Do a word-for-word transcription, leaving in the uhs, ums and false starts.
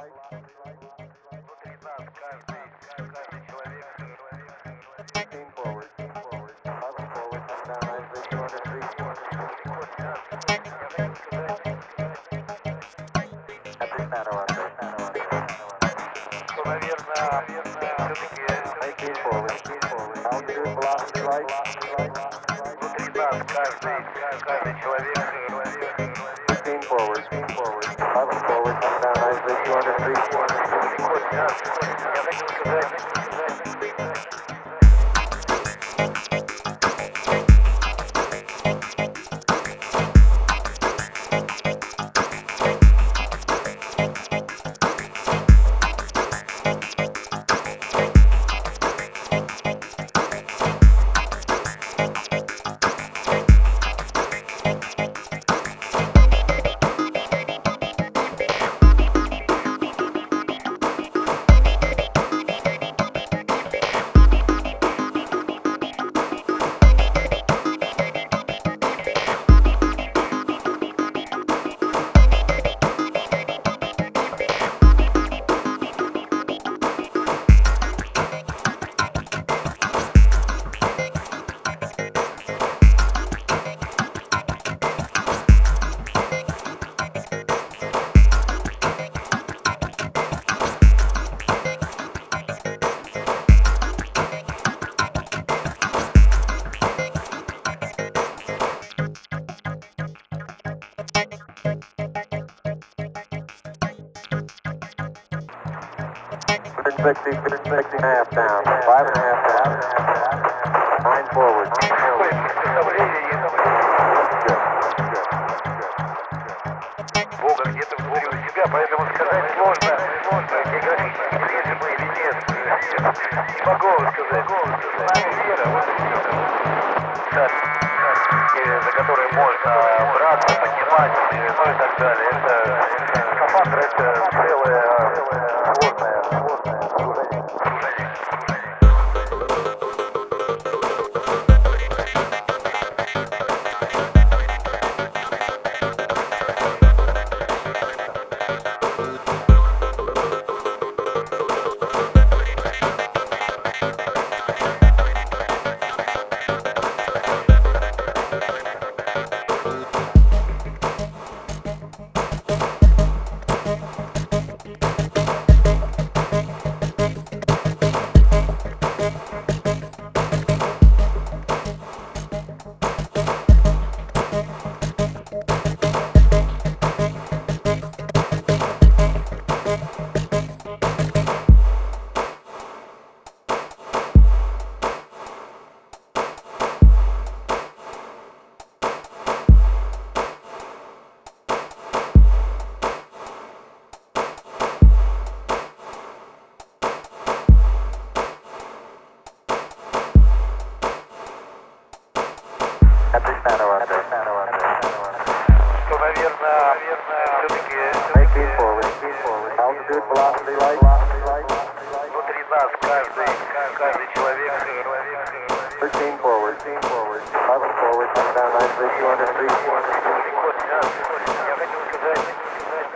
Внутри нас каждый, каждый человек. Team forward, team forward. Bottom forward, come down nicely, two hundred feet. Happy Shadow out there, Shadow out there, Shadow out there. То, наверное, все-таки Make team forward, team forward. Altitude, velocity, light. внутри нас каждый, каждый человек. Team forward, team forward. Bottom forward, come down nicely, two hundred feet. Я хочу сказать, one sixty, six and a half down. Five and a half down. Nine forward, nine forward. Бога где-то внутри у себя, поэтому сказать сложно, сложно, географически ближе мы или нет. Не могу вам сказать. С нами вера, вот и все. Да, за которые можно браться, поднимать, ну и так далее. Это скафандр, это целая сложная, сложная служение. Happy Shadow out there, Shadow out there, Shadow out there. Что, наверное, все-таки Make team forward, team forward. Altitude, velocity, light. внутри нас каждый, каждый человек. Team forward, team forward. Bottom forward, come down nicely, two hundred feet. Я хочу сказать,